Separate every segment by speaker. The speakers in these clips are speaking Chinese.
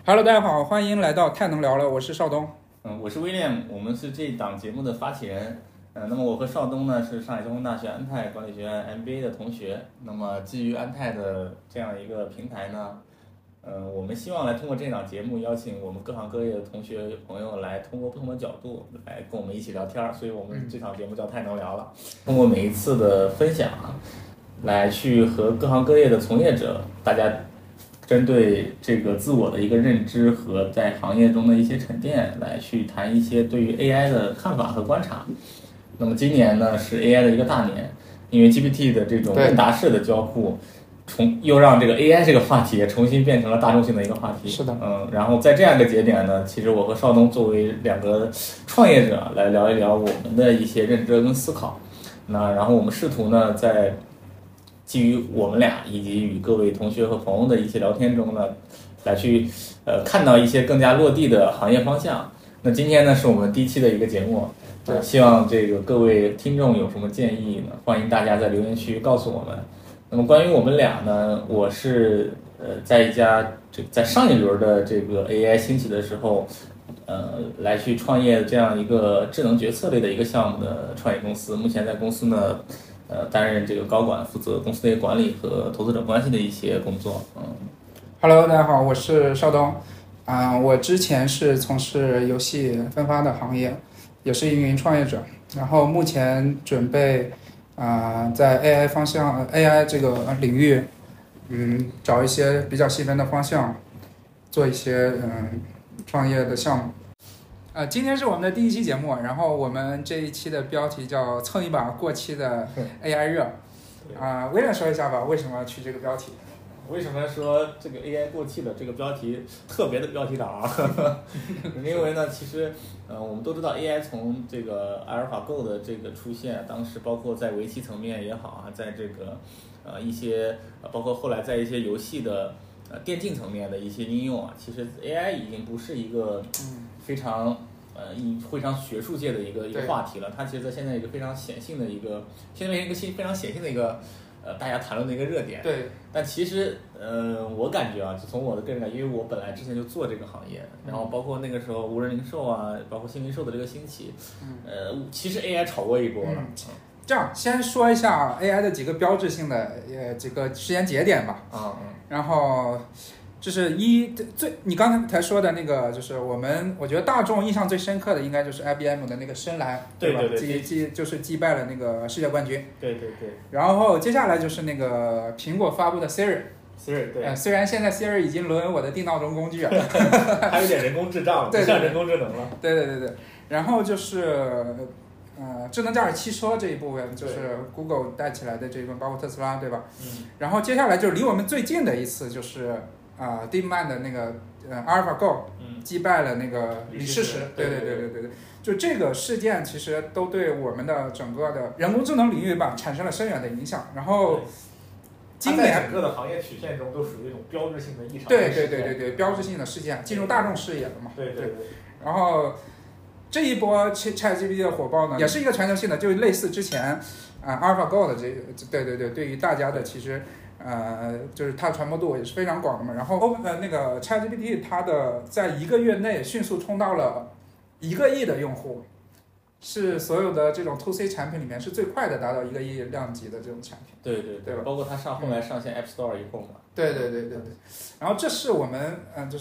Speaker 1: Hello， 大家好，欢迎来到太能聊了，我是邵东。
Speaker 2: 我是威廉，我们是这档节目的发起人。那么我和邵东呢是上海交通大学安泰管理学院 MBA 的同学。那么基于安泰的这样一个平台呢，我们希望来通过这档节目邀请我们各行各业的同学朋友来通过不同的角度来跟我们一起聊天，所以我们这档节目叫太能聊了。通过每一次的分享来去和各行各业的从业者大家针对这个自我的一个认知和在行业中的一些沉淀来去谈一些对于 AI 的看法和观察。那么今年呢是 AI 的一个大年，因为 GPT 的这种问答式的交互又让这个 AI 这个话题重新变成了大众性的一个话题。
Speaker 1: 是的，
Speaker 2: 然后在这样一个节点呢，其实我和邵东作为两个创业者来聊一聊我们的一些认知跟思考。然后我们试图呢在基于我们俩以及与各位同学和朋友的一些聊天中呢，来去看到一些更加落地的行业方向。那今天呢是我们第一期的一个节目，希望这个各位听众有什么建议呢？欢迎大家在留言区告诉我们。那么关于我们俩呢，我是在一家在上一轮的这个 AI 兴起的时候，来去创业这样一个智能决策类的一个项目的创业公司，目前在公司呢。担任这个高管，负责公司的管理和投资者关系的一些工作。
Speaker 1: Hello， 大家好，我是邵东。我之前是从事游戏分发的行业，也是运营创业者。然后目前准备在 AI 方向 AI 这个领域，找一些比较细分的方向，做一些创业的项目。今天是我们的第一期节目，然后我们这一期的标题叫蹭一把过期的 AI 热。威廉说一下吧，为什么取这个标题？
Speaker 2: 为什么说这个 AI 过气的这个标题特别的标题党啊？因为呢，其实我们都知道 AI 从这个阿尔法 Go 的这个出现，当时包括在围棋层面也好在这个一些包括后来在一些游戏的电竞层面的一些应用其实 AI 已经不是一个非常学术界的一个话题了。它其实在现在一个非常显性的一个，现在一个非常显性的一个大家谈论的一个热点。
Speaker 1: 对。
Speaker 2: 但其实我感觉就从我的个人感觉，因为我本来之前就做这个行业，然后包括那个时候无人零售包括新零售的这个兴起，其实 AI 炒过一波了。
Speaker 1: 这样先说一下 AI 的几个标志性的几个时间节点吧。然后就是你刚才说的那个，就是我觉得大众印象最深刻的应该就是 IBM 的那个深蓝，
Speaker 2: 对吧？
Speaker 1: 就是击败了那个世界冠军。
Speaker 2: 对。
Speaker 1: 然后接下来就是那个苹果发布的 Siri，
Speaker 2: 对。
Speaker 1: 虽然现在 Siri 已经沦为我的定闹钟工具了，
Speaker 2: 还有点人工智障了，不像人工智能了。
Speaker 1: 对。然后就是智能驾驶汽车这一部分，就是 Google 带起来的这一部分，包括特斯拉，对吧？然后接下来就是离我们最近的一次，就是DeepMind 的那个AlphaGo 击败了那个李世石。对。就这个事件其实都对我们的整个的人工智能领域吧产生了深远的影响。然后今年
Speaker 2: 在整个的行业曲线中都属于一种标志性的异常。
Speaker 1: 对，标志性的事件进入大众视野了嘛。
Speaker 2: 对。
Speaker 1: 然后这一波 ChatGPT 的火爆呢，也是一个全球性的，就类似之前AlphaGo 的这个，对于大家的其实就是它的传播度也是非常广的嘛。然后那个 ChatGPT 它的在1个月内迅速冲到了1个亿的用户，是所有的这种 To C 产品里面是最快的达到1个亿量级的这种产品。
Speaker 2: 对吧？包括它后来上线 App Store 以后嘛。对。
Speaker 1: 然后这是我们就是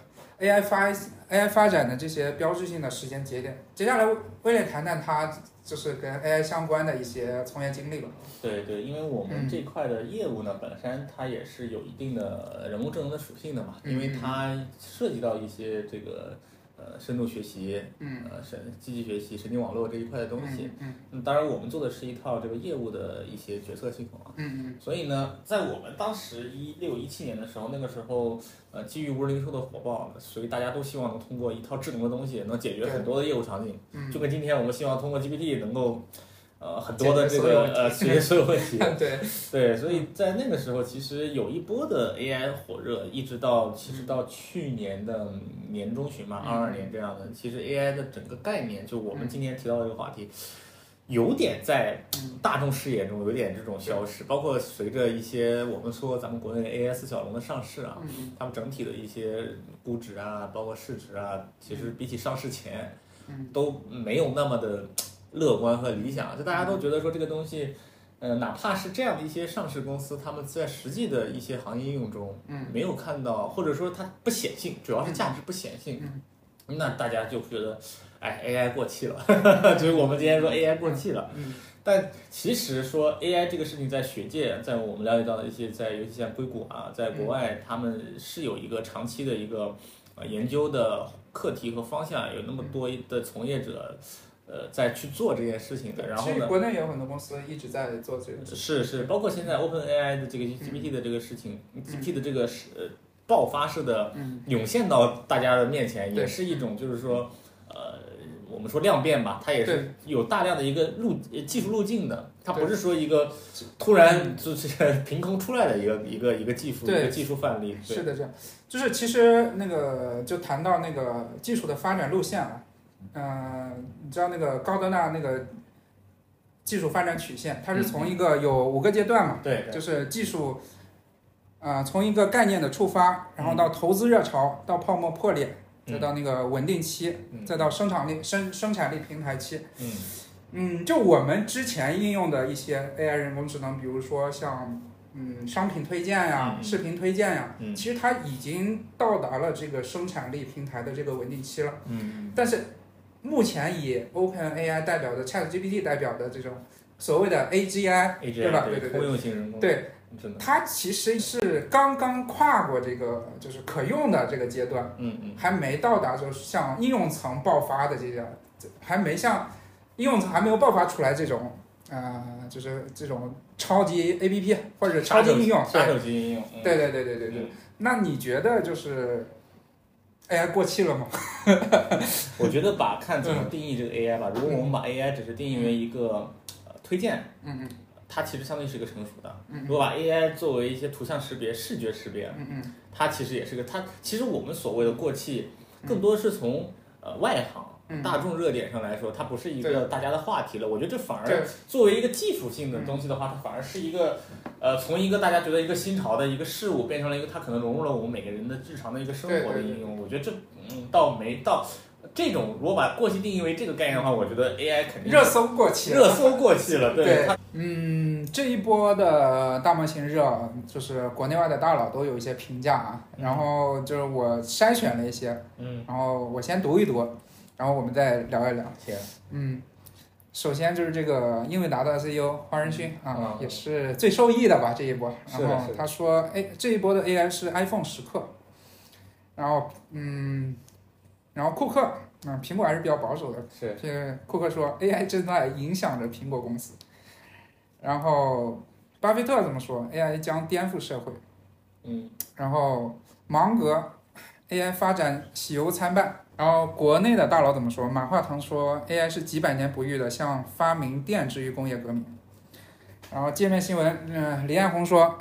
Speaker 1: AI 发展的这些标志性的时间节点。接下来威廉谈谈他就是跟 AI 相关的一些从业经历吧。
Speaker 2: 对，因为我们这块的业务呢，本身它也是有一定的人工智能的属性的嘛，因为它涉及到一些这个深度学习，机器学习、神经网络这一块的东西。当然我们做的是一套这个业务的一些决策系统所以呢，在我们当时16、17年的时候，那个时候基于无人零售的火爆，所以大家都希望能通过一套智能的东西能解决很多的业务场景。就跟今天我们希望通过 GPT 能够很多的这个解决所有问题。对，所以在那个时候其实有一波的 AI 火热，一直到去年的年中旬嘛，22年这样的，其实 AI 的整个概念，就我们今天提到的这个话题， 有点在大众视野中有点这种消失，包括随着一些我们说咱们国内 AI 四小龙的上市啊，他们整体的一些估值啊，包括市值啊，其实比起上市前，都没有那么的乐观和理想。就大家都觉得说这个东西，哪怕是这样的一些上市公司，他们在实际的一些行业应用中，没有看到，或者说它不显性，主要是价值不显性，那大家就觉得，哎 ，AI 过气了，就是我们今天说 AI 过气了。但其实说 AI 这个事情在学界，在我们了解到的一些，尤其像硅谷啊，在国外，他们是有一个长期的一个研究的课题和方向，有那么多的从业者。在去做这件事情的，然后呢，
Speaker 1: 国内也有很多公司一直在做这个。
Speaker 2: 是，包括现在 OpenAI 的这个 GPT 的这个事情，GPT 的这个爆发式的涌现到大家的面前，也是一种就是说，我们说量变吧，它也是有大量的一个技术路径的，它不是说一个突然就是凭空出来的一个技术一个技术范例。
Speaker 1: 是的，这样就是其实那个就谈到那个技术的发展路线啊。你知道那个高德纳那个技术发展曲线，它是从一个有5个阶段嘛？
Speaker 2: 对，
Speaker 1: 就是技术，从一个概念的触发，然后到投资热潮，到泡沫破裂，再到那个稳定期，再到生产力平台期。就我们之前应用的一些 AI 人工智能，比如说像商品推荐呀、视频推荐呀，其实它已经到达了这个生产力平台的这个稳定期了。但是目前以 OpenAI 代表的 ChatGPT 代表的这种所谓的 AGI， 对吧？对，
Speaker 2: 通用型人工，
Speaker 1: 对，它其实是刚刚跨过这个就是可用的这个阶段，还没到达说像应用层爆发的这个，还没像应用层还没有爆发出来这种。就是这种超级 APP 或者超级应用，
Speaker 2: 杀手级应用，
Speaker 1: 对。那你觉得就是 AI 过气了吗？
Speaker 2: 我觉得看怎么定义这个 AI 吧。如果我们把 AI 只是定义为一个推荐，它其实相对是一个成熟的。如果把 AI 作为一些图像识别、视觉识别，它其实也是它其实我们所谓的过气，更多是从外行。大众热点上来说，它不是一个大家的话题了。我觉得这反而作为一个技术性的东西的话，它反而是一个从一个大家觉得一个新潮的一个事物，变成了一个它可能融入了我们每个人的日常的一个生活的应用。我觉得这倒没到这种，如果把过气定义为这个概念的话，我觉得 AI 肯定
Speaker 1: 热搜过气
Speaker 2: 了。对，
Speaker 1: 这一波的大模型热，就是国内外的大佬都有一些评价啊。然后就是我筛选了一些，然后我先读一读。然后我们再聊一聊。首先就是这个英伟达的 CEO 黄仁勋也是最受益的吧这一波。然后他说，这一波的 AI 是 iPhone 时刻。然后库克，苹果还是比较保守的。这库克说 AI 正在影响着苹果公司。然后巴菲特怎么说 ？AI 将颠覆社会。然后芒格 AI 发展喜忧参半。然后国内的大佬怎么说？马化腾说 AI 是几百年不遇的，像发明电之于工业革命。然后界面新闻，李彦宏说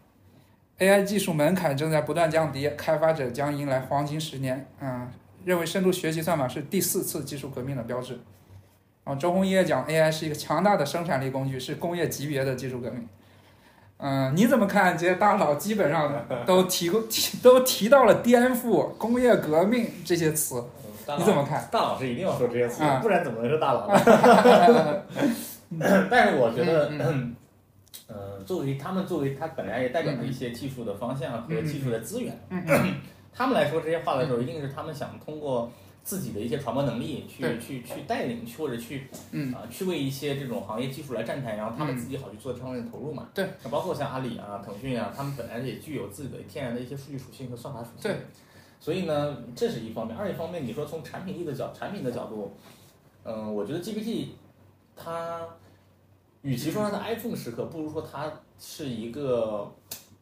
Speaker 1: AI 技术门槛正在不断降低，开发者将迎来黄金10年。认为深度学习算法是第4次技术革命的标志。然后周鸿祎讲 AI 是一个强大的生产力工具，是工业级别的技术革命。你怎么看？这些大佬基本上都提到了颠覆、工业革命这些词，你怎么看？
Speaker 2: 大佬是一定要说这些词，不然怎么能是大佬呢？但是我觉得，作为他本来也代表了一些技术的方向和技术的资源，他们来说这些话的时候，一定是他们想通过自己的一些传播能力去带领，或者去为一些这种行业技术来站台，然后他们自己好去做这方面的投入嘛。
Speaker 1: 对，
Speaker 2: 包括像阿里啊、腾讯啊，他们本来也具有自己的天然的一些数据属性和算法属性。
Speaker 1: 对，
Speaker 2: 所以呢，这是一方面。一方面，你说从产品的角度，我觉得 GPT 它与其说它的 iPhone 时刻，不如说它是一个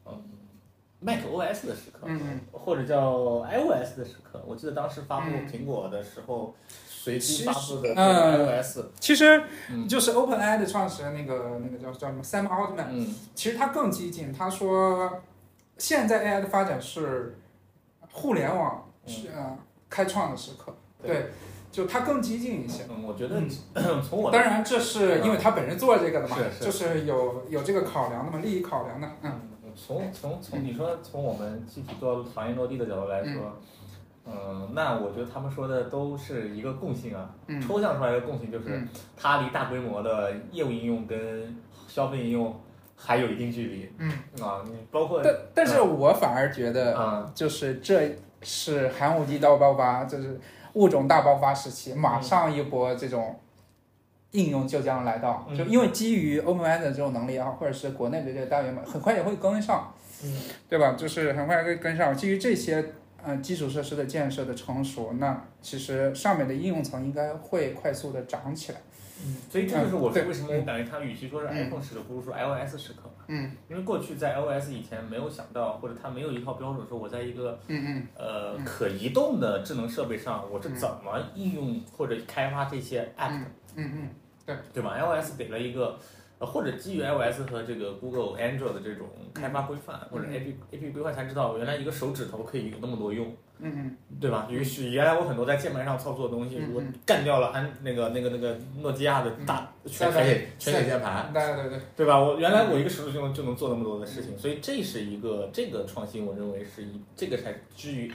Speaker 2: macOS 的时刻，或者叫 iOS 的时刻。我记得当时发布苹果的时候，随机发布的 iOS，
Speaker 1: 其实就是 OpenAI 的创始人那个叫什么 Sam Altman，其实他更激进，他说现在 AI 的发展是互联网开创的时刻。对， 就它更激进一些。
Speaker 2: 我觉得从我
Speaker 1: 当然这是因为他本人做这个的嘛，
Speaker 2: 是
Speaker 1: 就是有这个考量的嘛，利益考量的。
Speaker 2: 从你说从我们具体做行业落地的角度来说，那我觉得他们说的都是一个共性啊，抽象出来的共性就是它离大规模的业务应用跟消费应用还有一定距离。你包括
Speaker 1: 但是我反而觉得就是这是寒武纪大爆发，就是物种大爆发时期，马上一波这种应用就将来到，就因为基于 OpenAI 的这种能力啊，或者是国内的这些大源码，很快也会跟上，对吧？就是很快会跟上。基于这些基础设施的建设的成熟，那其实上面的应用层应该会快速的涨起来。
Speaker 2: 所以这就是我说为什么我感觉它与其说是 iPhone 时刻，不如说 iOS 时刻。因为过去在 iOS 以前没有想到，或者它没有一套标准，说我在一个可移动的智能设备上，我是怎么应用或者开发这些 app 的。对吧 ？iOS 给了一个或者基于 iOS 和这个 Google Android 的这种开发规范，或者 AP 规范，才知道原来一个手指头可以有那么多用。对吧？于是原来我很多在键盘上操作的东西，我干掉了那个诺基亚的大全写键盘，对吧？我原来我一个手指就能做那么多的事情，所以这是一个这个创新，我认为是这个才至于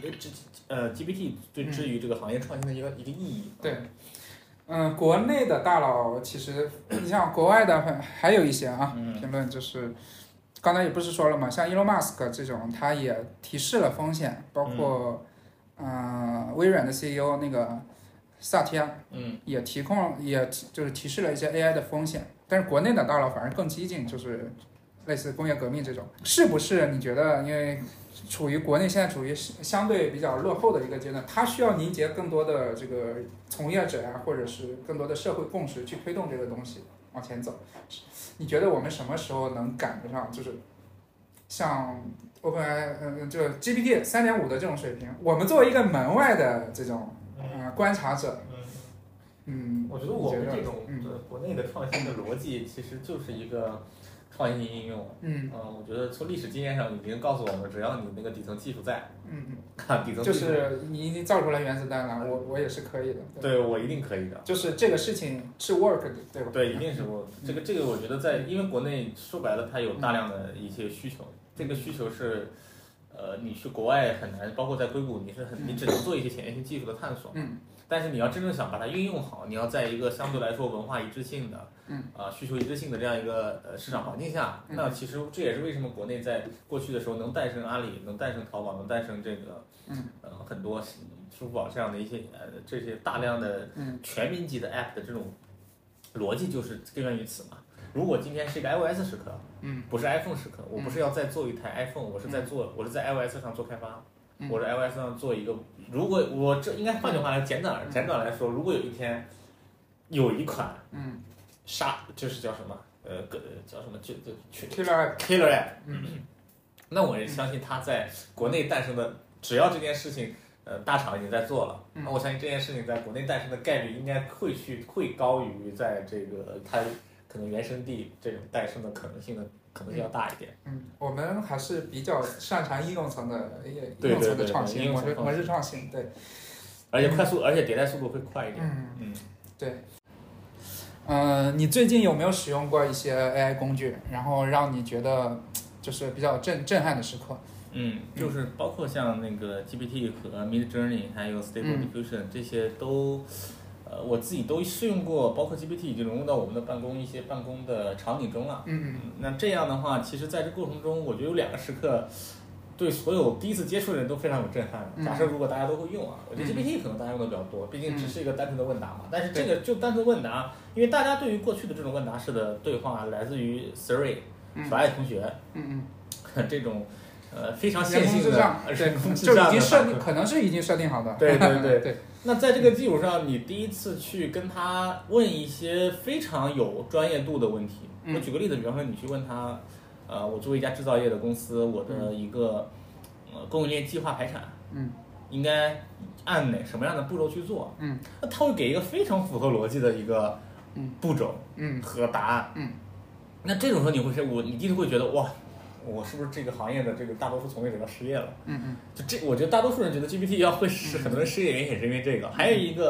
Speaker 2: GPT 对至于这个行业创新的一个意义。
Speaker 1: 对。国内的大佬其实，你像国外的还有一些评论，就是刚才也不是说了嘛，像 Elon Musk 这种，他也提示了风险，包括微软的 CEO 那个萨提亚，也就是提示了一些 AI 的风险。但是国内的大佬反而更激进，就是类似工业革命这种，是不是？你觉得，因为国内现在处于相对比较落后的一个阶段，它需要凝结更多的这个从业者啊，或者是更多的社会共识去推动这个东西往前走。你觉得我们什么时候能赶得上？就是像 OpenAI，就 GPT 3.5的这种水平，我们作为一个门外的这种观察者，
Speaker 2: 我觉得我们这种国内的创新的逻辑，其实就是一个创新应用。我觉得从历史经验上已经告诉我们，只要你那个底层技术在，底层技术
Speaker 1: 就是你已经造出来原子弹了，我也是可以的。
Speaker 2: 对，我一定可以的。
Speaker 1: 就是这个事情是 work 的，对吧？
Speaker 2: 对，一定是 work。这个我觉得因为国内说白了，它有大量的一些需求，这个需求是。你去国外很难，包括在硅谷，你只能做一些前沿性技术的探索。但是你要真正想把它运用好，你要在一个相对来说文化一致性的，需求一致性的这样一个市场环境下，那其实这也是为什么国内在过去的时候能诞生阿里，能诞生淘宝，能诞生这个，很多支付宝这样的一些这些大量的全民级的 app 的这种逻辑，就是根源于此嘛。如果今天是一个 iOS 时刻，不是 iPhone 时刻，我不是要再做一台 iPhone，我是在iOS 上做开发，我在 iOS 上做一个。如果我这应该换句话来简短来说，如果有一天有一款就是叫什么叫什么Killer App，那我也相信它在国内诞生的，只要这件事情大厂已经在做了，那我相信这件事情在国内诞生的概率应该会高于在这个它可能原生地这种诞生的可能性要大一点。
Speaker 1: 我们还是比较擅长应用层的创新，模式创新，对，
Speaker 2: 而且快速，而且迭代速度会快一点。
Speaker 1: 对。你最近有没有使用过一些 AI 工具，然后让你觉得就是比较震撼的时刻？
Speaker 2: 就是包括像那个 GPT 和 Midjourney 还有 Stable Diffusion 这些都。我自己都试用过，包括 GPT 已经融入到我们的一些办公的场景中了。那这样的话，其实在这过程中，我觉得有2个时刻，对所有第一次接触的人都非常有震撼。假设如果大家都会用我觉得 GPT 可能大家用的比较多，毕竟只是一个单纯的问答嘛。但是这个就单纯问答，因为大家对于过去的这种问答式的对话，来自于 Siri、小爱同学，这种。非常线性的，
Speaker 1: 就已经可能是已经设定好的。
Speaker 2: 对。那在这个基础上，你第一次去跟他问一些非常有专业度的问题。我举个例子，比方说你去问他，我作为一家制造业的公司，我的一个供应链计划排产，应该按什么样的步骤去做？那他会给一个非常符合逻辑的一个步骤和答案。那这种时候你第一次会觉得哇。我是不是这个行业的这个大多数从业者要失业了？我觉得大多数人觉得 GPT 要会使很多人失业，原因也是因为这个。还有一个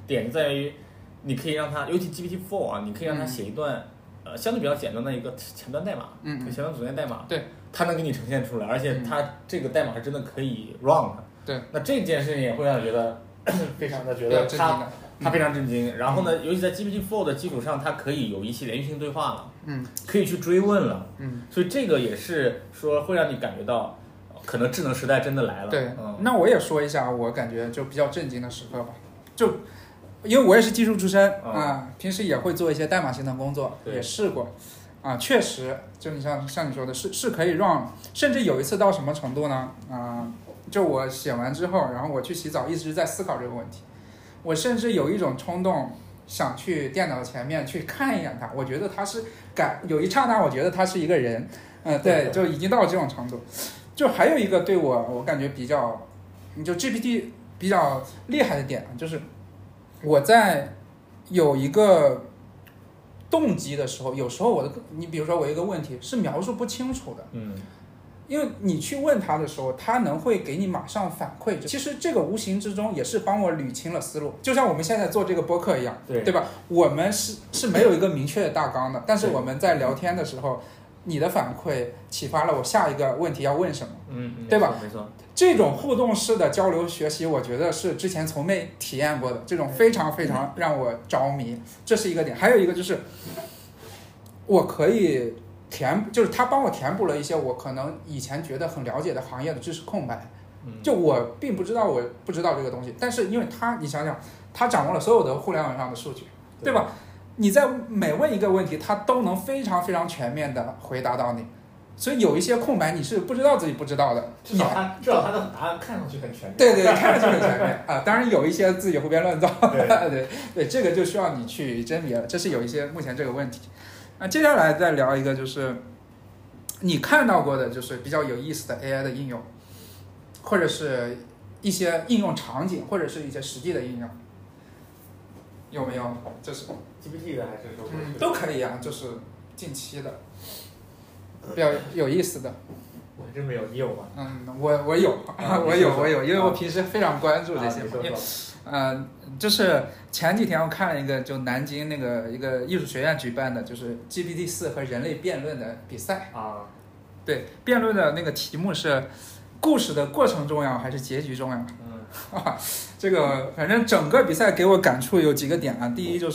Speaker 2: 点在于，你可以让它，尤其 GPT-4 啊，你可以让它写一段相对比较简单的一个前端代码，前端组件代码，
Speaker 1: 对，
Speaker 2: 它能给你呈现出来，而且它这个代码是真的可以 run 的。
Speaker 1: 对，
Speaker 2: 那这件事情也会让你觉得非常的觉得它非常震惊。然后呢，尤其在 GPT-4 的基础上，它可以有一些连续性对话了，可以去追问了，所以这个也是说会让你感觉到，可能智能时代真的来了。
Speaker 1: 对，那我也说一下我感觉就比较震惊的时刻吧，就因为我也是技术出身啊，平时也会做一些代码性的工作，也试过。确实，就你像你说的是可以 run， 甚至有一次到什么程度呢？就我写完之后，然后我去洗澡，一直在思考这个问题。我甚至有一种冲动，想去电脑前面去看一眼它。我觉得它是有一刹那，我觉得它是一个人。对，就已经到这种程度。就还有一个对我感觉比较，就 GPT 比较厉害的点，就是我在有一个动机的时候，有时候你比如说我一个问题是描述不清楚的，因为你去问他的时候，他会给你马上反馈。其实这个无形之中也是帮我捋清了思路，就像我们现在做这个播客一样，对吧？我们是没有一个明确的大纲的，但是我们在聊天的时候，你的反馈启发了我下一个问题要问什么，对吧？
Speaker 2: 没错。
Speaker 1: 这种互动式的交流学习，我觉得是之前从没体验过的，这种非常非常让我着迷，这是一个点。还有一个就是，我可以就是他帮我填补了一些我可能以前觉得很了解的行业的知识空白，就我并不知道我不知道这个东西，但是因为你想想，他掌握了所有的互联网上的数据，对吧？你在每问一个问题，他都能非常非常全面的回答到你。所以有一些空白你是不知道自己不知道的，
Speaker 2: 至少他的答案看上去很全面。
Speaker 1: 对，看上去很全面啊。当然有一些自己胡编乱造，对，这个就需要你去甄别了。这是有一些目前这个问题。那接下来再聊一个，就是你看到过的，就是比较有意思的 AI 的应用，或者是一些应用场景，或者是一些实际的应用，有没有？就是
Speaker 2: GPT 的还是说
Speaker 1: 都可以啊，就是近期的。比较有意思的，
Speaker 2: 我真没有，你有吗？
Speaker 1: 我有，因为我平时非常关注这些。就是前几天我看了一个，就南京那个一个艺术学院举办的，就是 GPT-4和人类辩论的比赛
Speaker 2: 啊。
Speaker 1: 对，辩论的那个题目是故事的过程重要还是结局重要？这个反正整个比赛给我感触有几个点啊。第一就是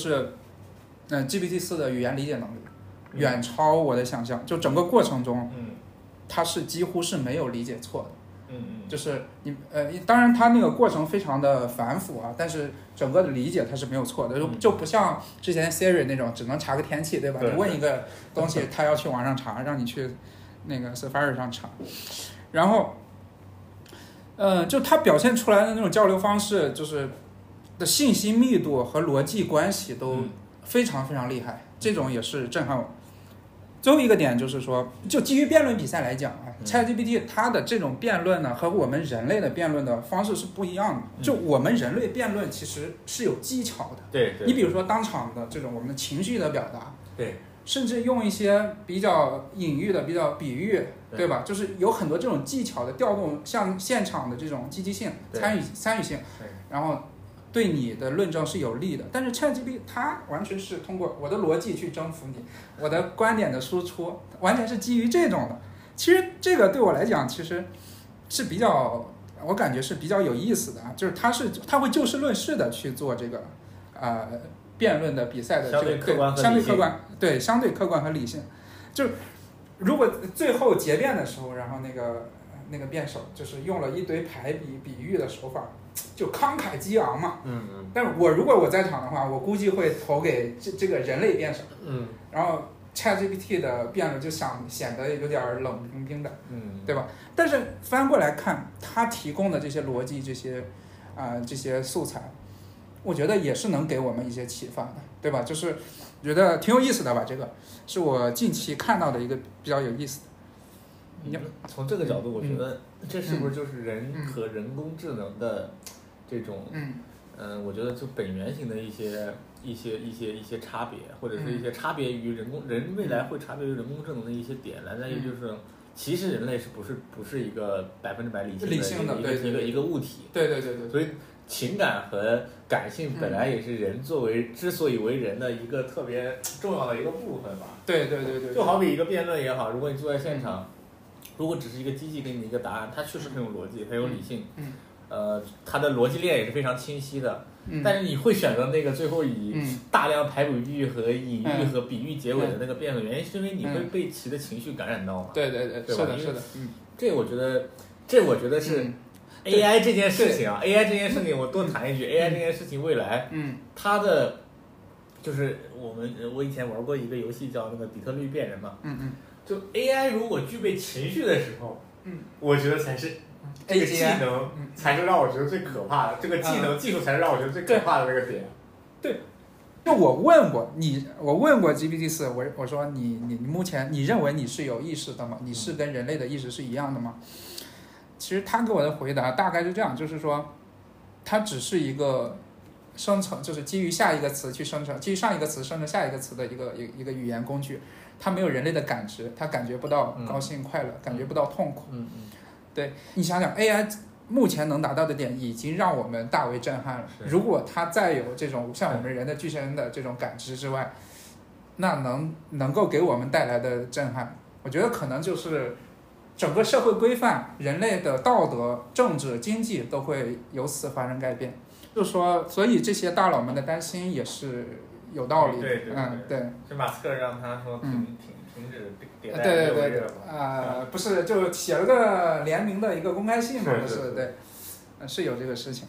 Speaker 1: ，GPT-4的语言理解能力远超我的想象，就整个过程中，它是几乎是没有理解错的，就是当然它那个过程非常的繁复啊，但是整个的理解它是没有错的，就不像之前 Siri 那种只能查个天气，对吧？你问一个东西，它要去网上查，让你去那个 Safari 上查，然后，就它表现出来的那种交流方式，就是的信息密度和逻辑关系都非常非常厉害，这种也是震撼我。最后一个点就是说，就基于辩论比赛来讲啊，ChatGPT 它的这种辩论呢，和我们人类的辩论的方式是不一样的。就我们人类辩论其实是有技巧的，
Speaker 2: 对，
Speaker 1: 你比如说当场的这种我们的情绪的表达，
Speaker 2: 对，
Speaker 1: 甚至用一些比较隐喻的、比较比喻，对吧？就是有很多这种技巧的调动，像现场的这种积极性、参与性，然后对你的论证是有利的。但是 ChatGPT 它完全是通过我的逻辑去征服你，我的观点的输出完全是基于这种的。其实这个对我来讲其实是比较，我感觉是比较有意思的啊，就是它会就事论事的去做这个辩论的比赛的这个相对客观，对，相对客观和理性。就如果最后结辩的时候，然后那个辩手就是用了一堆排比喻的手法，就慷慨激昂嘛。但是如果我在场的话，我估计会投给这个人类辩手。然后 ChatGPT 的辩论就显得有点冷冰冰的。对吧？但是翻过来看，他提供的这些逻辑，这些素材，我觉得也是能给我们一些启发的，对吧？就是觉得挺有意思的吧，这个是我近期看到的一个比较有意思的。
Speaker 2: 从这个角度，我觉得这是不是就是人和人工智能的这种，我觉得就本源型的一些差别，或者是一些差别于人未来会差别于人工智能的一些点，来自于就是，其实人类不是一个100%理性的一个物体，
Speaker 1: 对，
Speaker 2: 所以情感和感性本来也是人作为之所以为人的一个特别重要的一个部分吧。
Speaker 1: 对，
Speaker 2: 就好比一个辩论也好，如果你坐在现场，如果只是一个机器给你一个答案，它确实很有逻辑，很有理性，它的逻辑链也是非常清晰的。但是你会选择那个最后以大量排比句和隐喻和比喻结尾的那个辩论，原因是因为你会被其的情绪感染到嘛？
Speaker 1: 对，
Speaker 2: 是
Speaker 1: 的，
Speaker 2: 这我觉得是。AI 这件事情啊 ，AI 这件事情我多谈一句，AI 这件事情未来，它的就是我以前玩过一个游戏叫那个底特律变人嘛，就 AI 如果具备情绪的时候，我觉得才是这个技能才是让我觉得最可怕的，这个技术才是让我觉得最可怕的那个点。
Speaker 1: 对，就我问过 GPT-4，我说你目前你认为你是有意识的吗？你是跟人类的意识是一样的吗？其实他给我的回答大概是这样，就是说，它只是一个生成，就是基于下一个词去生成，基于上一个词生成下一个词的一个语言工具，它没有人类的感知，它感觉不到高兴快乐，感觉不到痛苦。对，你想想 AI 目前能达到的点已经让我们大为震撼了。如果它再有这种像我们人的具身的这种感知之外，那能够给我们带来的震撼，我觉得可能就是整个社会规范、人类的道德、政治、经济都会由此发生改变。就是说，所以这些大佬们的担心也是有道理的。对。
Speaker 2: 是马斯克让他说停止迭代
Speaker 1: 对，不是，就写了个联名的一个公开信嘛，是对，是有这个事情。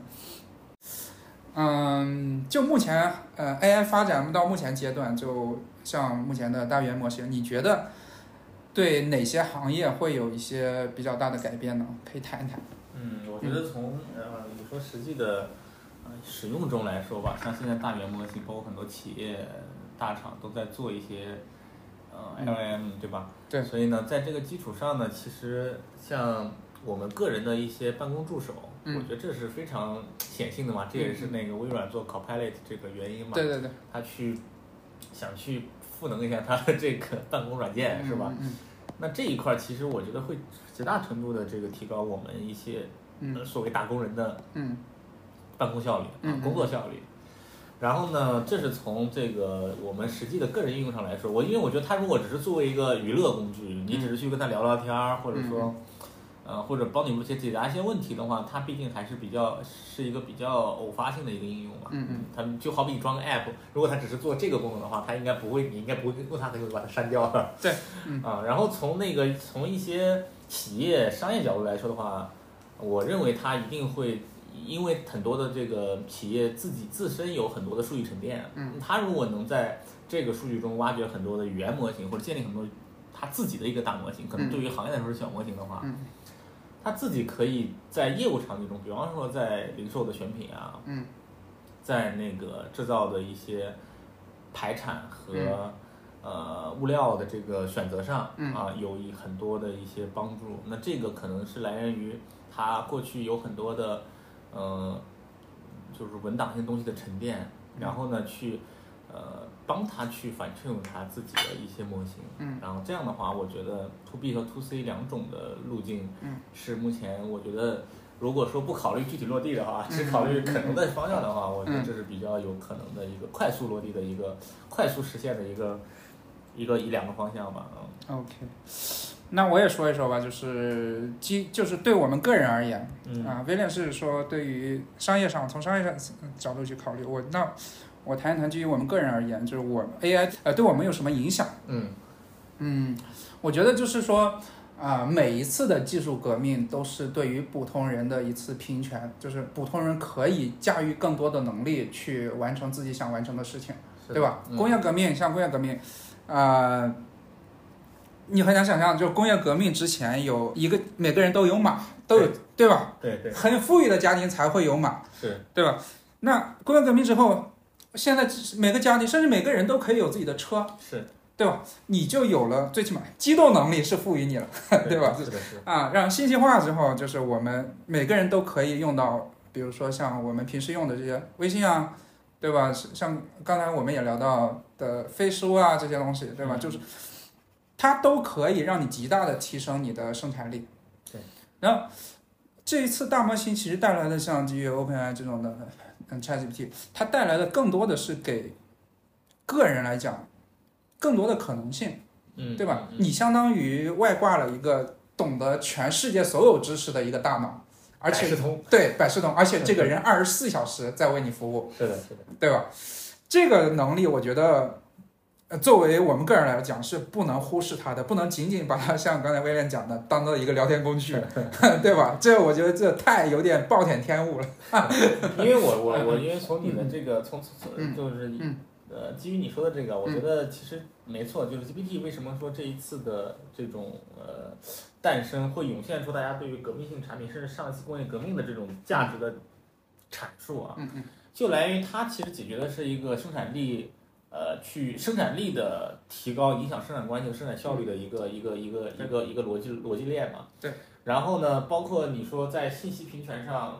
Speaker 1: 就目前AI 发展到目前阶段，就像目前的大语言模型，你觉得对哪些行业会有一些比较大的改变呢？可以谈一谈。
Speaker 2: 我觉得从你说实际的使用中来说吧，像现在大语言模型，包括很多企业大厂都在做一些LLM， 对吧？
Speaker 1: 对。
Speaker 2: 所以呢，在这个基础上呢，其实像我们个人的一些办公助手，我觉得这是非常显性的嘛，这也是那个微软做 Copilot 这个原因嘛。
Speaker 1: 对，
Speaker 2: 他想去赋能一下他的这个办公软件，是吧？那这一块其实我觉得会极大程度的这个提高我们一些所谓打工人的办公效率工作效率。然后呢，这是从这个我们实际的个人应用上来说，因为我觉得它如果只是作为一个娱乐工具，你只是去跟他聊聊天，或者说或者帮你解答一些问题的话，它毕竟还是是一个比较偶发性的一个应用嘛。它就好比你装个 app， 如果它只是做这个功能的话，你应该不会用它就把它删掉了。
Speaker 1: 对，
Speaker 2: 然后从一些企业商业角度来说的话，我认为它一定会，因为很多的这个企业自身有很多的数据沉淀，它如果能在这个数据中挖掘很多的语言模型，或者建立很多它自己的一个大模型，可能对于行业来说是小模型的话，它自己可以在业务场景中，比方说在零售的选品啊，在那个制造的一些排产和物料的这个选择上有很多的一些帮助。那这个可能是来源于它过去有很多的就是文档性东西的沉淀，然后呢去帮他去反衬他自己的一些模型，然后这样的话，我觉得 To B 和 To C 两种的路径，是目前我觉得，如果说不考虑具体落地的话，只考虑可能的方向的话，我觉得这是比较有可能的一个快速落地的一个快速实现的一两个方向吧。
Speaker 1: OK， 那我也说一说吧，就是对我们个人而言，威廉是说对于从商业上角度去考虑，我谈一谈，基于我们个人而言，就是AI 对我们有什么影响？我觉得就是说每一次的技术革命都是对于普通人的一次平权，就是普通人可以驾驭更多的能力去完成自己想完成的事情，对吧？工业革命，像工业革命，你很难想象，就工业革命之前每个人都有马，对吧？
Speaker 2: 对，
Speaker 1: 很富裕的家庭才会有马，
Speaker 2: 是，
Speaker 1: 对吧？那工业革命之后，现在每个家庭甚至每个人都可以有自己的车，
Speaker 2: 是，
Speaker 1: 对吧？你就有了最起码机动能力是赋予你了，对吧？
Speaker 2: 是的，
Speaker 1: 让信息化之后，就是我们每个人都可以用到，比如说像我们平时用的这些微信啊，对吧？像刚才我们也聊到的飞书啊这些东西，对吧？就是它都可以让你极大的提升你的生产力。
Speaker 2: 对。
Speaker 1: 然后这一次大模型其实带来的像基于 OpenAI 这种的ChatGPT， 它带来的更多的是给个人来讲更多的可能性，对吧？你相当于外挂了一个懂得全世界所有知识的一个大脑，而且百事通，而且这个人24小时在为你服务，
Speaker 2: 是的，
Speaker 1: 对吧？这个能力我觉得。作为我们个人来讲是不能忽视它的，不能仅仅把它像刚才威廉讲的当做一个聊天工具，对吧？这我觉得这太有点暴殄天物了。
Speaker 2: 因为我因为从你的这个就是基于你说的这个，我觉得其实没错，就是 GPT 为什么说这一次的这种诞生会涌现出大家对于革命性产品甚至上一次工业革命的这种价值的阐述啊，就来源于它其实解决的是一个生产力。去生产力的提高，影响生产关系和生产效率的一个逻辑链嘛。
Speaker 1: 对。
Speaker 2: 然后呢，包括你说在信息平权上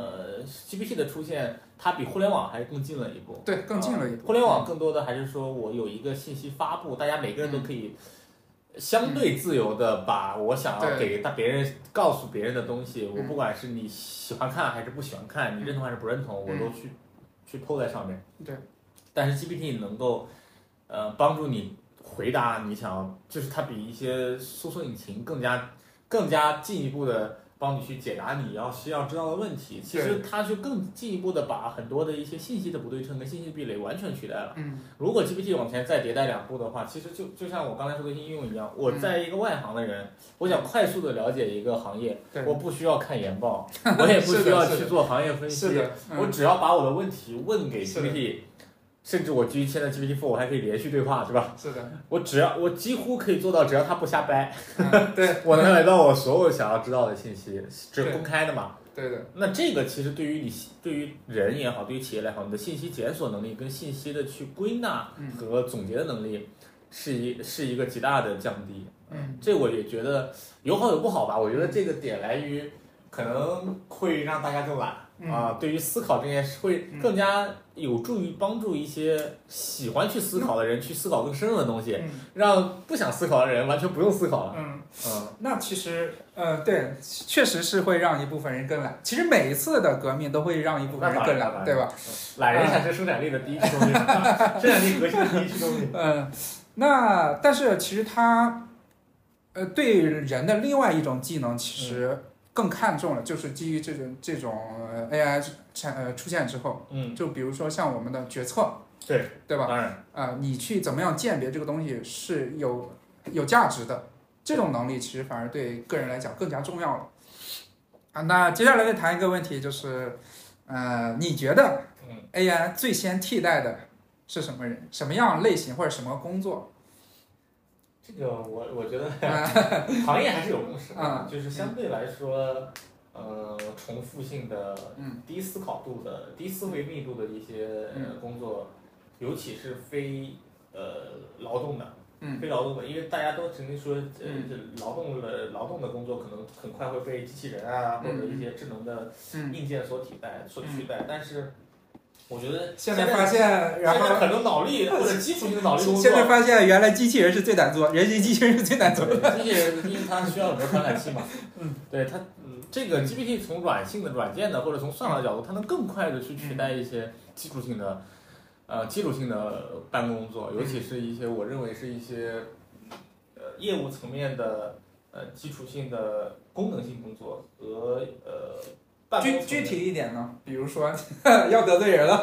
Speaker 2: ，GPT 的出现，它比互联网还更近了一步。
Speaker 1: 对，更近了一步。
Speaker 2: 互联网更多的还是说我有一个信息发布，大家每个人都可以相对自由的把我想要给别人告诉别人的东西，我不管是你喜欢看还是不喜欢看，你认同还是不认同，我都去PO在上面。
Speaker 1: 对。
Speaker 2: 但是 GPT 能够，帮助你回答你想要，就是它比一些搜索引擎更加进一步的帮你去解答你需要知道的问题。其实它就更进一步的把很多的一些信息的不对称跟信息壁垒完全取代了。如果 GPT 往前再迭代2步的话，其实就像我刚才说的应用一样，我在一个外行的人，我想快速的了解一个行业，我不需要看研报，我也不需要去做行业分析，我只要把我的问题问给 GPT。甚至我基于现在 GPT-4，我还可以连续对话，是吧？
Speaker 1: 是的。
Speaker 2: 我几乎可以做到，只要他不瞎掰，
Speaker 1: 对，
Speaker 2: 我能得到我所有想要知道的信息，这是公开的嘛？
Speaker 1: 对的。
Speaker 2: 那这个其实对于人也好，对于企业来好，你的信息检索能力跟信息的去归纳和总结的能力，是一个极大的降低。这我也觉得有好有不好吧。我觉得这个点来于可能会让大家更懒。对于思考这件事会更加有助于帮助一些喜欢去思考的人去思考更深入的东西，让不想思考的人完全不用思考了。
Speaker 1: 那其实对，确实是会让一部分人更懒。其实每一次的革命都会让一部分人更懒，对吧？
Speaker 2: 懒人才是生产力的第一驱动力，生产力核心的第一驱动力。
Speaker 1: 那但是其实它对人的另外一种技能其实。更看重了，就是基于这种AI 出现之后，就比如说像我们的决策，对吧？
Speaker 2: 当然，
Speaker 1: 你去怎么样鉴别这个东西是有价值的，这种能力其实反而对个人来讲更加重要了。那接下来再谈一个问题，就是你觉得 AI 最先替代的是什么人、什么样类型或者什么工作？
Speaker 2: 这个我觉得行业还是有共识的，就是相对来说，重复性的、低思考度的、低思维密度的一些工作，尤其是非劳动的，非劳动的，因为大家都曾经说，劳动的工作可能很快会被机器人啊或者一些智能的硬件所取代，但是。我觉得
Speaker 1: 现在发现，然后
Speaker 2: 很多脑力或者基础性的脑力工作，
Speaker 1: 现在发现原来机器人是最难做，人形机器人是最难做。
Speaker 2: 机器人因为它需要很多传感器嘛，对它，这个 GPT 从软件的或者从算法的角度，它能更快的去取代一些基础性的办公工作，尤其是一些我认为是一些业务层面的基础性的功能性工作和
Speaker 1: 具体一点呢？比如说要得罪人了，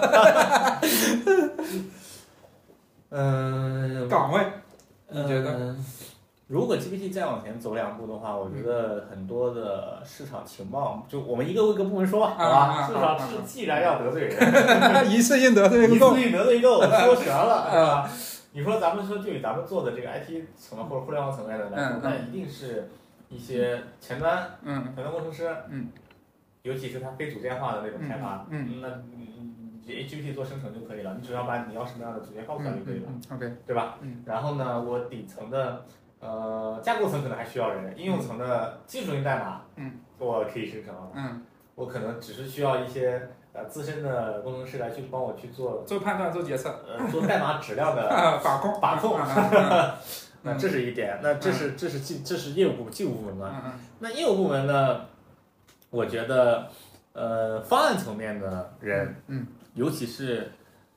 Speaker 1: 岗位，你觉得？
Speaker 2: 如果 GPT 再往前走2步的话，我觉得很多的市场情报，就我们一个部门说吧，好吧？市场既然要得罪人，
Speaker 1: 一次性得罪够，
Speaker 2: 说全了，是吧？你说咱们就以咱们做的这个 IT 层面或者互联网层面的来说，那一定是一些前端工程师，尤其是它非组件化的那种开发，那GPT 做生成就可以了，你只要把你要什么样的组件告诉它就可以了
Speaker 1: ，OK，
Speaker 2: 对吧？然后呢，我底层的架构层可能还需要人，应用层的技术性代码，我可以生成，我可能只是需要一些资深的工程师来去帮我去做
Speaker 1: 判断、做决策，
Speaker 2: 做代码质量的把控。那这是一点，那这是业务部技术部门嘛？那业务部门呢？ 我觉得方案层面的人，尤其是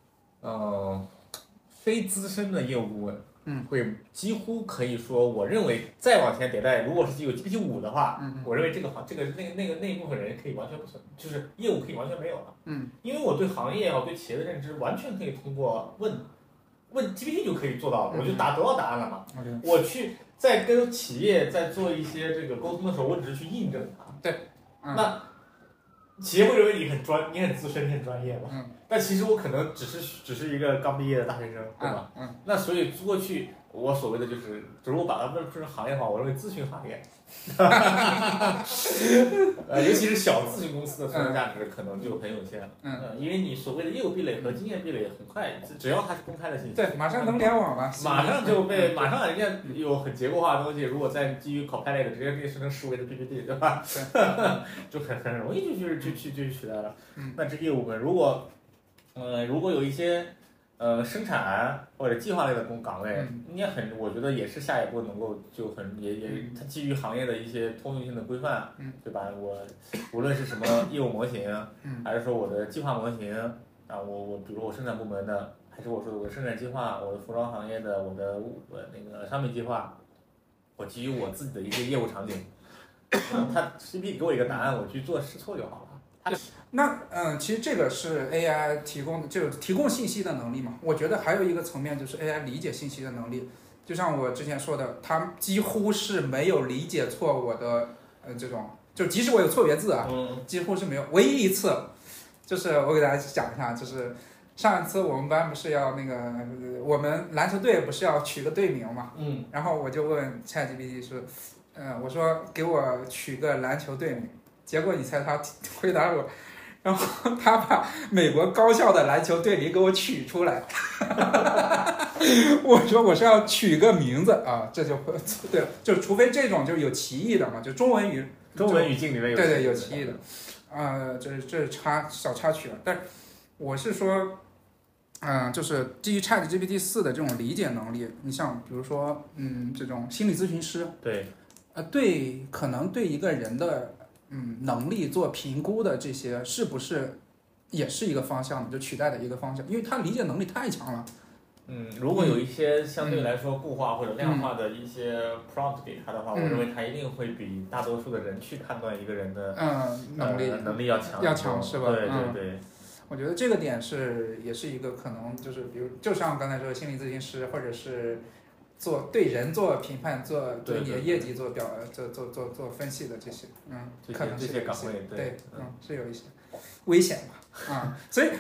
Speaker 2: 非资深的业务顾问，会几乎可以说，我认为再往前迭代，如果是有 GPT-5的话，我认为这那一部分人可以完全不存，就是业务可以完全没有了，因为我对行业也好，对企业的认知完全可以通过问 GPT 就可以做到了，我就得到答案了嘛。我去在跟企业在做一些这个沟通的时候，我只是去印证它。
Speaker 1: 对，
Speaker 2: 那企业会认为你很资深，你很专业嘛。但其实我可能只是一个刚毕业的大学生，对吧？那所以过去我所谓的就是，如果把它分成行业的话，我认为咨询行业，尤其是小咨询公司的存在价值可能就很有限。因为你所谓的业务壁垒和经验壁垒很快，只要它是公开的信息，
Speaker 1: 对，马上能联网了，
Speaker 2: 马上人家有很结构化的东西，如果再基于Copilot的直接可以生成10维的 PPT， 对吧？就很容易就去取代了。那这业务们如果有一些生产或者计划类的岗位，我觉得也是下一步能够它基于行业的一些通用性的规范，对吧？我无论是什么业务模型，还是说我的计划模型啊，我比如我生产部门的，还是我说我的生产计划，我的服装行业的，我的那个商品计划，我基于我自己的一些业务场景，它 CP 给我一个答案，我去做试错就好了。
Speaker 1: 那其实这个是 AI 提供的，就是提供信息的能力嘛。我觉得还有一个层面就是 AI 理解信息的能力。就像我之前说的，它几乎是没有理解错我的这种，就即使我有错别字啊，几乎是没有。唯一一次，就是我给大家讲一下，就是上一次我们班不是要那个我们篮球队不是要取个队名嘛，然后我就问 ChatGPT 是，我说给我取个篮球队名。结果你猜他回答我，然后他把美国高校的篮球队名给我取出来。我说我是要取个名字啊，这就对了，就除非这种就是有歧义的嘛，就中文语
Speaker 2: 境里面有
Speaker 1: 对有歧义的，这是小插曲了。但是我是说，就是基于 ChatGPT-4的这种理解能力，你像比如说这种心理咨询师，对，可能对一个人的能力做评估的这些是不是也是一个方向，就取代的一个方向，因为他理解能力太强了。
Speaker 2: 如果有一些相对来说固化或者量化的一些 prompt 给他的话，我认为他一定会比大多数的人去判断一个人的能力要强
Speaker 1: 是吧？
Speaker 2: 对。
Speaker 1: 我觉得这个点也是一个可能，就是比如就像刚才说的心理咨询师，或者是对人做评判，对你的业绩做分析的这些，可能是
Speaker 2: 这些岗位，
Speaker 1: 对，是有一些危险吧，所以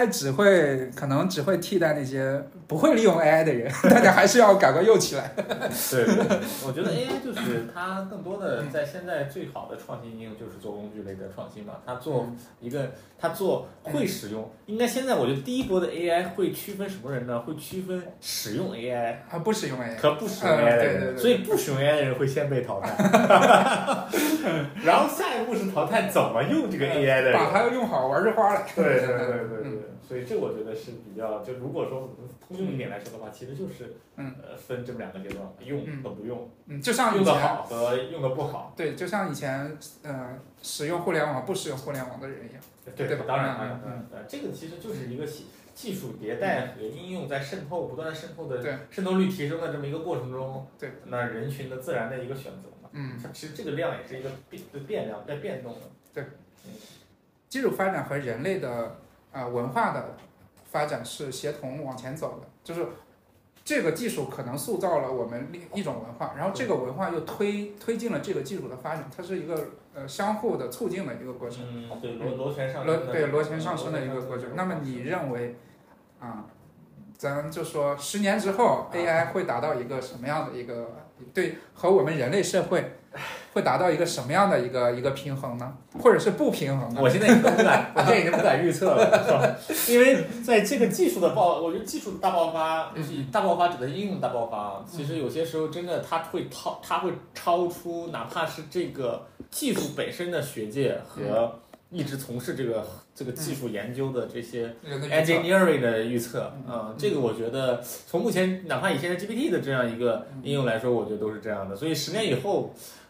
Speaker 1: AI 可能只会替代那些不会利用 AI 的人，大家还是要赶快用起来。
Speaker 2: 对，我觉得 AI 就是它更多的在现在最好的创新应用就是做工具类的创新嘛，它会使用，应该现在我觉得第一波的 AI 会区分什么人呢？会区分使用 AI
Speaker 1: 不使用 AI
Speaker 2: 和不使用 AI 的人，所以不使用 AI 的人会先被淘汰，然后下一步是淘汰怎么用这个 AI 的人，
Speaker 1: 把它用好玩着花了。
Speaker 2: 对，所以这我觉得是比较，就如果说通用一点来说的话，其实就是分这么2个阶段，用和不用，
Speaker 1: 就像
Speaker 2: 用的好和用的不好，
Speaker 1: 对，就像以前使用互联网不使用互联网的人一样，
Speaker 2: 对吧？当然，这个其实就是一个技术迭代和应用在不断的渗透的渗透率提升的这么一个过程中，
Speaker 1: 对，
Speaker 2: 那人群的自然的一个选择嘛，其实这个量也是一个变量在变动的，
Speaker 1: 对，技术发展和人类的文化的发展是协同往前走的，就是这个技术可能塑造了我们一种文化，然后这个文化又推进了这个技术的发展，它是一个相互的促进的一个过程。
Speaker 2: 对，螺旋上升。
Speaker 1: 对，螺旋上升的一个过程。那么你认为咱就说10年之后 AI 会达到一个什么样的一个和我们人类社会会达到一个什么样的一个平衡呢？或者是不平衡呢？
Speaker 2: 我现在已经不敢预测了，是吧？因为在这个技术的我觉得技术的大爆发，大爆发指的是应用大爆发。其实有些时候真的它会超出哪怕是这个技术本身的学界和一直从事这个技术研究的这些 engineering 的预测，这个我觉得从目前哪怕以现在 GPT 的这样一个应用来说，我觉得都是这样的。所以10年以后，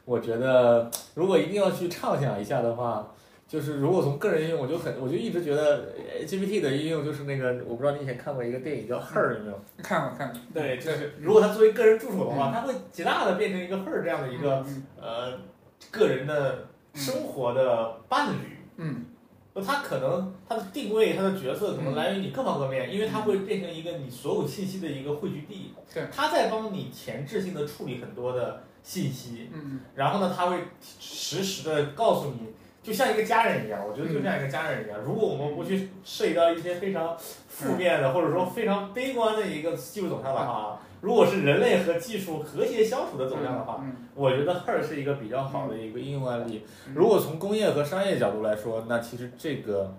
Speaker 2: 我觉得如果一定要去畅想一下的话，就是如果从个人应用，我就一直觉得 GPT 的应用就是那个，我不知道你以前看过一个电影叫 Her 有没有？
Speaker 1: 看过。
Speaker 2: 对，就是如果它作为个人助手的话，它会极大的变成一个 Her 这样的一个个人的生活的伴侣。它可能它的定位、它的角色可能来源于你各方各面，因为它会变成一个你所有信息的一个汇聚地。
Speaker 1: 对，
Speaker 2: 它在帮你前置性的处理很多的信息。然后呢，它会实时的告诉你。就像一个家人一样，我觉得就像一个家人一样。如果我们不去涉及到一些非常负面的，或者说非常悲观的一个技术走向的话，如果是人类和技术和谐相处的走向的话，我觉得 Her 是一个比较好的一个应用案例。如果从工业和商业角度来说，那其实这个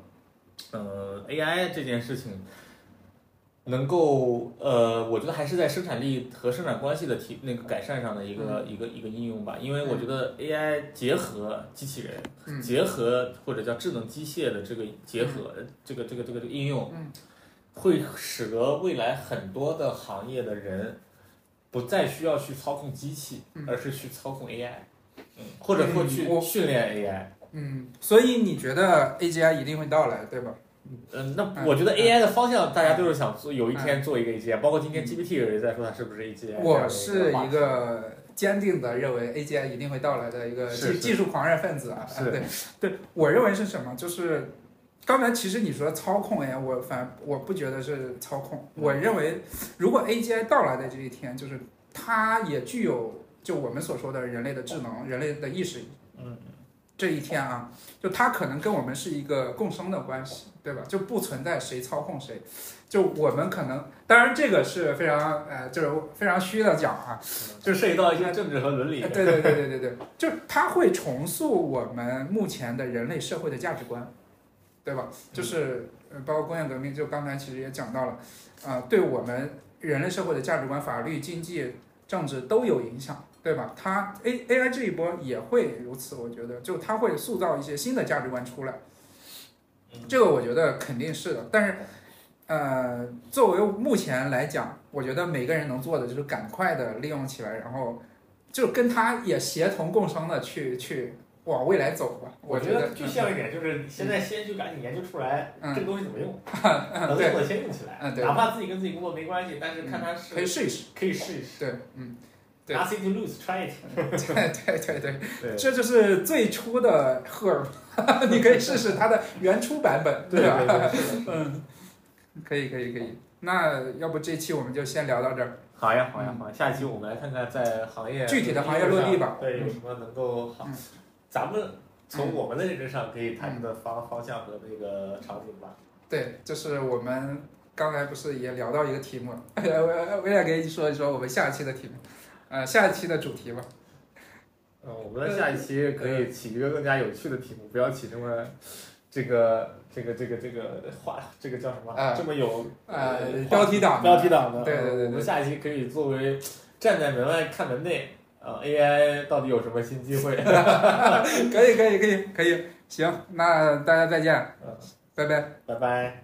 Speaker 2: AI 这件事情。能够我觉得还是在生产力和生产关系的那个改善上的一个应用吧，因为我觉得 AI 结合机器人，结合或者叫智能机械的这个结合，这个应用，会使得未来很多的行业的人不再需要去操控机器，而是去操控 AI，或者说去训练 AI。
Speaker 1: 所以你觉得 AGI 一定会到来，对吧？
Speaker 2: 那我觉得 AI 的方向，大家都是想做，有一天做一个 AGI，包括今天 GPT 有人在说它是不是 AGI。
Speaker 1: 我是一个坚定的认为 AGI 一定会到来的一个技术狂热分子啊。对，我认为是什么？就是刚才其实你说操控 AI，我不觉得是操控，我认为如果 AGI 到来的这一天，就是它也具有就我们所说的人类的智能、人类的意识。这一天啊，就它可能跟我们是一个共生的关系，对吧？就不存在谁操控谁，就我们可能，当然这个是非常就是非常虚的讲啊，
Speaker 2: 就涉及到一些政治和伦理。
Speaker 1: 对，就是它会重塑我们目前的人类社会的价值观，对吧？就是包括工业革命，就刚才其实也讲到了，对我们人类社会的价值观、法律、经济、政治都有影响。对吧？它 AI 这一波也会如此，我觉得，就它会塑造一些新的价值观出来，这个我觉得肯定是的。但是，作为目前来讲，我觉得每个人能做的就是赶快的利用起来，然后就跟它也协同共生的去往未来走吧。
Speaker 2: 我觉得就像一点，就是现在先去赶紧研究出来这个东西怎么用，能用的先用起来，哪怕自己跟自己工作没关系，但是看它是
Speaker 1: 可以试一试，
Speaker 2: 对，
Speaker 1: 对
Speaker 2: ，Nothing to lose, try it
Speaker 1: 对，这就是最初的Her，你可以试试它的原初版本，对吧？可以。那要不这期我们就先聊到这儿。
Speaker 2: 好呀，下期我们来看看在行业
Speaker 1: 具体的行业落地吧。
Speaker 2: 对，有什么能够好，咱们从我们的认知上可以谈的方向和那个场景吧。
Speaker 1: 对，就是我们刚才不是也聊到一个题目了，我也给你说一说我们下一期的题目，下一期的主题吧。
Speaker 2: 我们的下一期可以起一个更加有趣的题目，不要起这么这个话，这个叫什么？这么有
Speaker 1: 标题党
Speaker 2: 的。
Speaker 1: 对。
Speaker 2: 我们下一期可以作为站在门外看门内，AI 到底有什么新机会？
Speaker 1: 可以，行，那大家再见，拜拜。